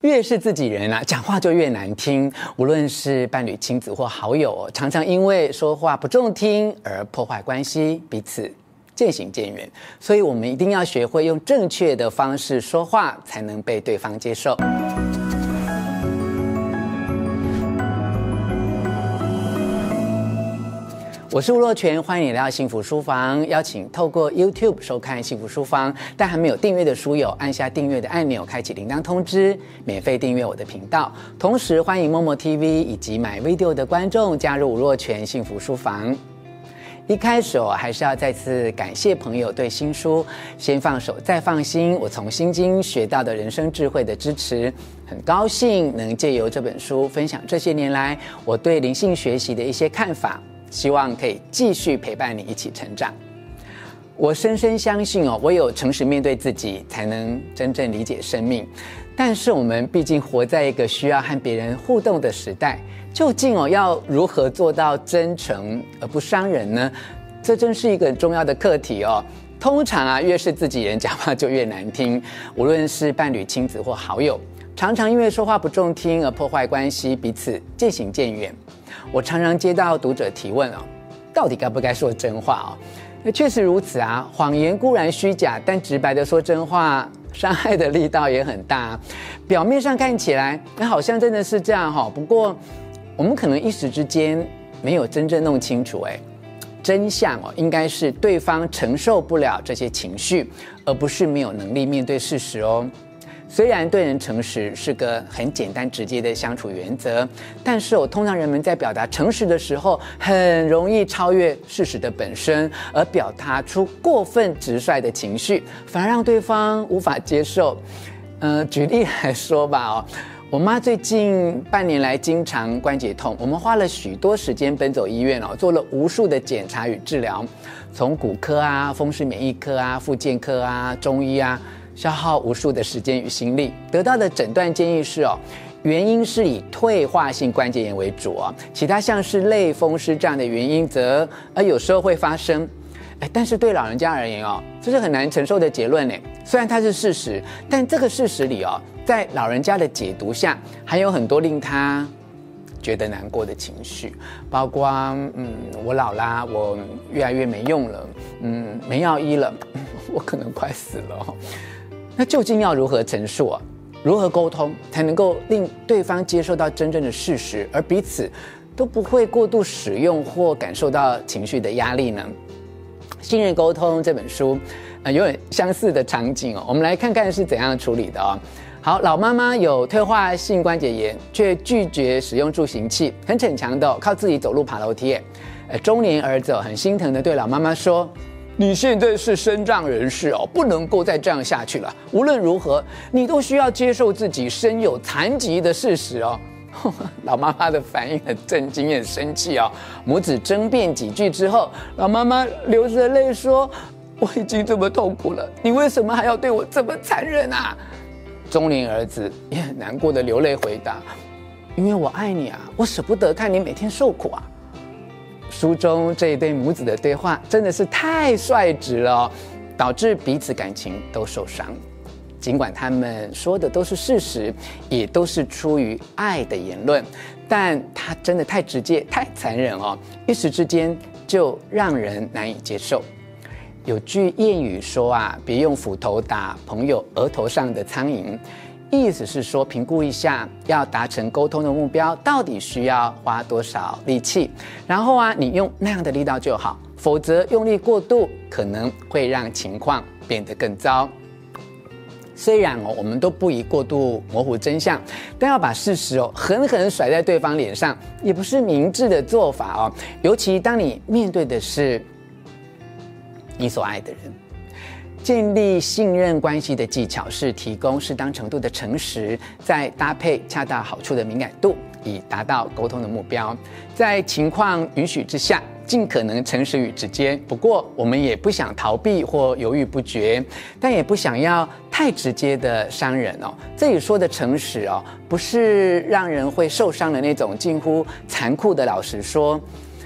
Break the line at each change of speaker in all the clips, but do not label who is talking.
越是自己人啊，讲话就越难听。无论是伴侣、亲子或好友，常常因为说话不中听而破坏关系，彼此渐行渐远。所以我们一定要学会用正确的方式说话，才能被对方接受。我是吴若权，欢迎你来到幸福书房。邀请透过 YouTube 收看幸福书房，但还没有订阅的书友，按下订阅的按钮，开启铃铛通知，免费订阅我的频道。同时欢迎Momo TV 以及买 video 的观众加入吴若权幸福书房。一开始还是要再次感谢朋友对新书先放手再放心，我从心经学到的人生智慧的支持。很高兴能借由这本书分享这些年来我对灵性学习的一些看法，希望可以继续陪伴你一起成长。我深深相信唯有诚实面对自己，才能真正理解生命。但是我们毕竟活在一个需要和别人互动的时代，究竟要如何做到真诚而不伤人呢？这真是一个很重要的课题通常越是自己人讲话就越难听，无论是伴侣、亲子或好友，常常因为说话不中听而破坏关系，彼此渐行渐远。我常常接到读者提问到底该不该说真话那确实如此谎言固然虚假，但直白的说真话，伤害的力道也很大。表面上看起来好像真的是这样不过我们可能一时之间没有真正弄清楚真相应该是对方承受不了这些情绪，而不是没有能力面对事实虽然对人诚实是个很简单直接的相处原则，但是通常人们在表达诚实的时候，很容易超越事实的本身，而表达出过分直率的情绪，反而让对方无法接受。举例来说吧我妈最近半年来经常关节痛，我们花了许多时间奔走医院做了无数的检查与治疗，从骨科风湿免疫科复健科中医消耗无数的时间与心力，得到的诊断建议是原因是以退化性关节炎为主其他像是类风湿这样的原因则有时候会发生。但是对老人家而言这是很难承受的结论虽然它是事实，但这个事实里在老人家的解读下，还有很多令他觉得难过的情绪，包括我老啦，我越来越没用了，没药医了，我可能快死了那究竟要如何陈述如何沟通才能够令对方接受到真正的事实，而彼此都不会过度使用或感受到情绪的压力呢？信任沟通这本书有点相似的场景我们来看看是怎样处理的好，老妈妈有退化性关节炎，却拒绝使用助行器，很逞强的靠自己走路爬楼梯中年儿子很心疼的对老妈妈说，你现在是身障人士不能够再这样下去了，无论如何你都需要接受自己身有残疾的事实老妈妈的反应很震惊很生气母子争辩几句之后，老妈妈流着泪说，我已经这么痛苦了，你为什么还要对我这么残忍中年儿子也很难过的流泪回答，因为我爱你我舍不得看你每天受苦书中这一对母子的对话真的是太率直了导致彼此感情都受伤。尽管他们说的都是事实，也都是出于爱的言论，但他真的太直接太残忍一时之间就让人难以接受。有句谚语说别用斧头打朋友额头上的苍蝇，意思是说评估一下要达成沟通的目标到底需要花多少力气，然后你用那样的力道就好，否则用力过度可能会让情况变得更糟。虽然我们都不宜过度模糊真相，但要把事实狠狠甩在对方脸上也不是明智的做法尤其当你面对的是你所爱的人。建立信任关系的技巧是提供适当程度的诚实，再搭配恰到好处的敏感度，以达到沟通的目标。在情况允许之下，尽可能诚实与直接，不过我们也不想逃避或犹豫不决，但也不想要太直接的伤人这里说的诚实不是让人会受伤的那种近乎残酷的老实说，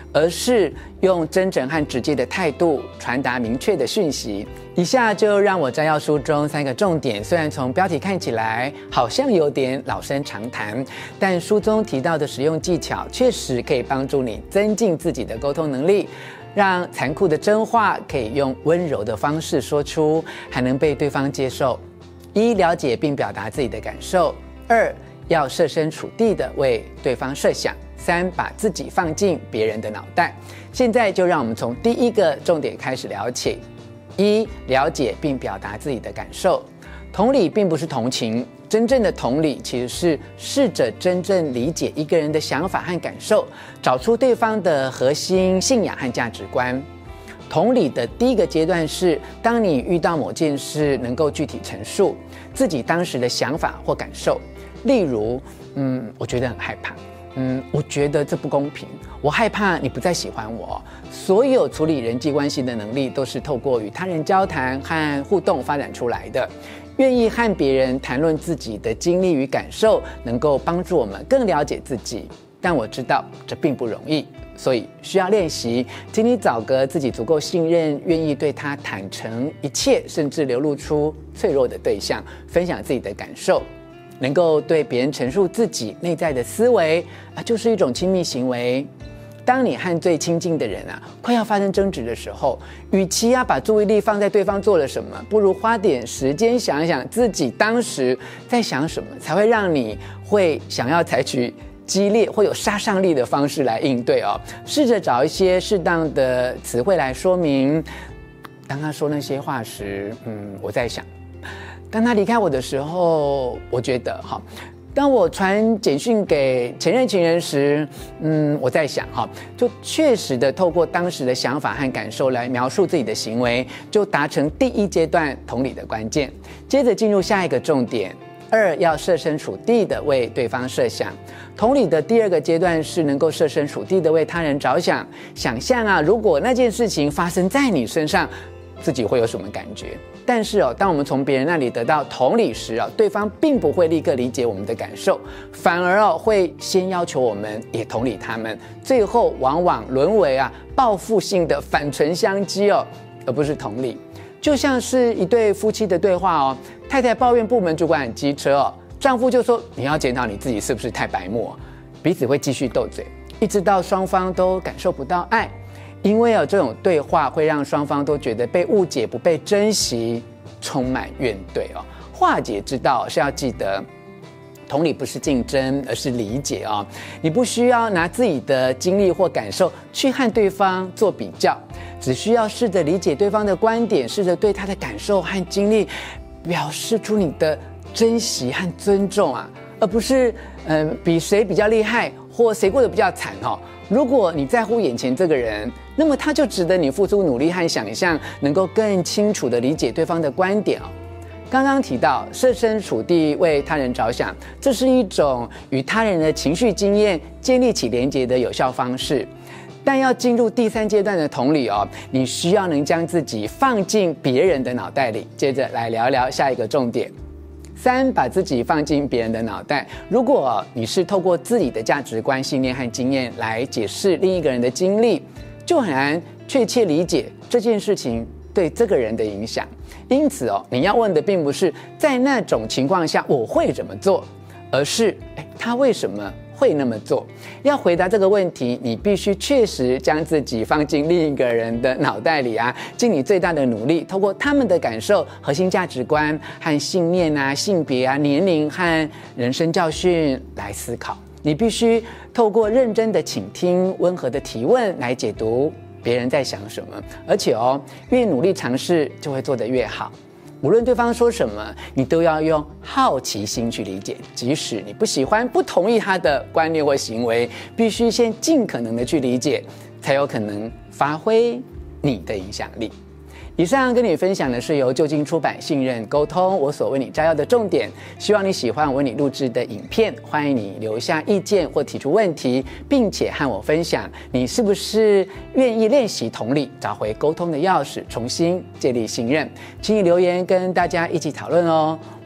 而是用真诚和直接的态度传达明确的讯息。以下就让我摘要书中3个重点，虽然从标题看起来好像有点老生常谈，但书中提到的实用技巧确实可以帮助你增进自己的沟通能力，让残酷的真话可以用温柔的方式说出，还能被对方接受。1、了解并表达自己的感受； 2、要设身处地的为对方设想； 3、把自己放进别人的脑袋。现在就让我们从第1个重点开始聊起。1、了解并表达自己的感受。同理并不是同情，真正的同理其实是试着真正理解一个人的想法和感受，找出对方的核心信仰和价值观。同理的第1个阶段是，当你遇到某件事，能够具体陈述自己当时的想法或感受。例如，我觉得很害怕，我觉得这不公平，我害怕你不再喜欢我。所有处理人际关系的能力都是透过与他人交谈和互动发展出来的。愿意和别人谈论自己的经历与感受，能够帮助我们更了解自己。但我知道这并不容易，所以需要练习。请你找个自己足够信任、愿意对他坦诚一切，甚至流露出脆弱的对象，分享自己的感受。能够对别人陈述自己内在的思维，就是一种亲密行为。当你和最亲近的人快要发生争执的时候，与其把注意力放在对方做了什么，不如花点时间想一想自己当时在想什么，才会让你会想要采取激烈或有杀伤力的方式来应对哦。试着找一些适当的词汇来说明。当他说那些话时，我在想。当他离开我的时候，我觉得当我传简讯给前任情人时，我在想就确实的透过当时的想法和感受来描述自己的行为，就达成第1阶段同理的关键。接着进入下一个重点，2、要设身处地的为对方设想。同理的第2个阶段是能够设身处地的为他人着想，想象如果那件事情发生在你身上，自己会有什么感觉。但是当我们从别人那里得到同理时对方并不会立刻理解我们的感受，反而会先要求我们也同理他们，最后往往沦为报复性的反唇相讥而不是同理。就像是一对夫妻的对话太太抱怨部门主管很机车丈夫就说你要检讨你自己是不是太白目彼此会继续斗嘴，一直到双方都感受不到爱。因为这种对话会让双方都觉得被误解、不被珍惜，充满怨怼化解之道是要记得，同理不是竞争，而是理解你不需要拿自己的经历或感受去和对方做比较，只需要试着理解对方的观点，试着对他的感受和经历表示出你的珍惜和尊重而不是比谁比较厉害或谁过得比较惨如果你在乎眼前这个人，那么他就值得你付出努力和想象，能够更清楚地理解对方的观点刚刚提到设身处地为他人着想，这是一种与他人的情绪经验建立起连结的有效方式。但要进入第3阶段的同理你需要能将自己放进别人的脑袋里。接着来聊聊下一个重点。3、把自己放进别人的脑袋。如果你是透过自己的价值观、信念和经验来解释另一个人的经历，就很难确切理解这件事情对这个人的影响。因此你要问的并不是在那种情况下我会怎么做，而是他为什么会那么做。要回答这个问题，你必须确实将自己放进另一个人的脑袋里尽你最大的努力，透过他们的感受、核心价值观和信念性别年龄和人生教训来思考。你必须透过认真的倾听、温和的提问来解读别人在想什么，而且越努力尝试就会做得越好。无论对方说什么，你都要用好奇心去理解，即使你不喜欢、不同意他的观念或行为，必须先尽可能的去理解，才有可能发挥你的影响力。以上跟你分享的是由就近出版信任沟通我所为你摘要的重点，希望你喜欢我为你录制的影片，欢迎你留下意见或提出问题，并且和我分享你是不是愿意练习同理，找回沟通的钥匙，重新建立信任。请你留言跟大家一起讨论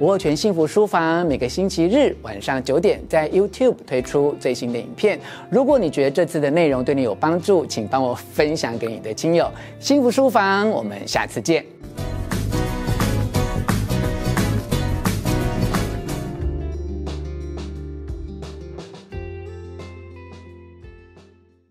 吴若权幸福书房每个星期日晚上9点在 YouTube 推出最新的影片。如果你觉得这次的内容对你有帮助，请帮我分享给你的亲友。幸福书房，我们下次见。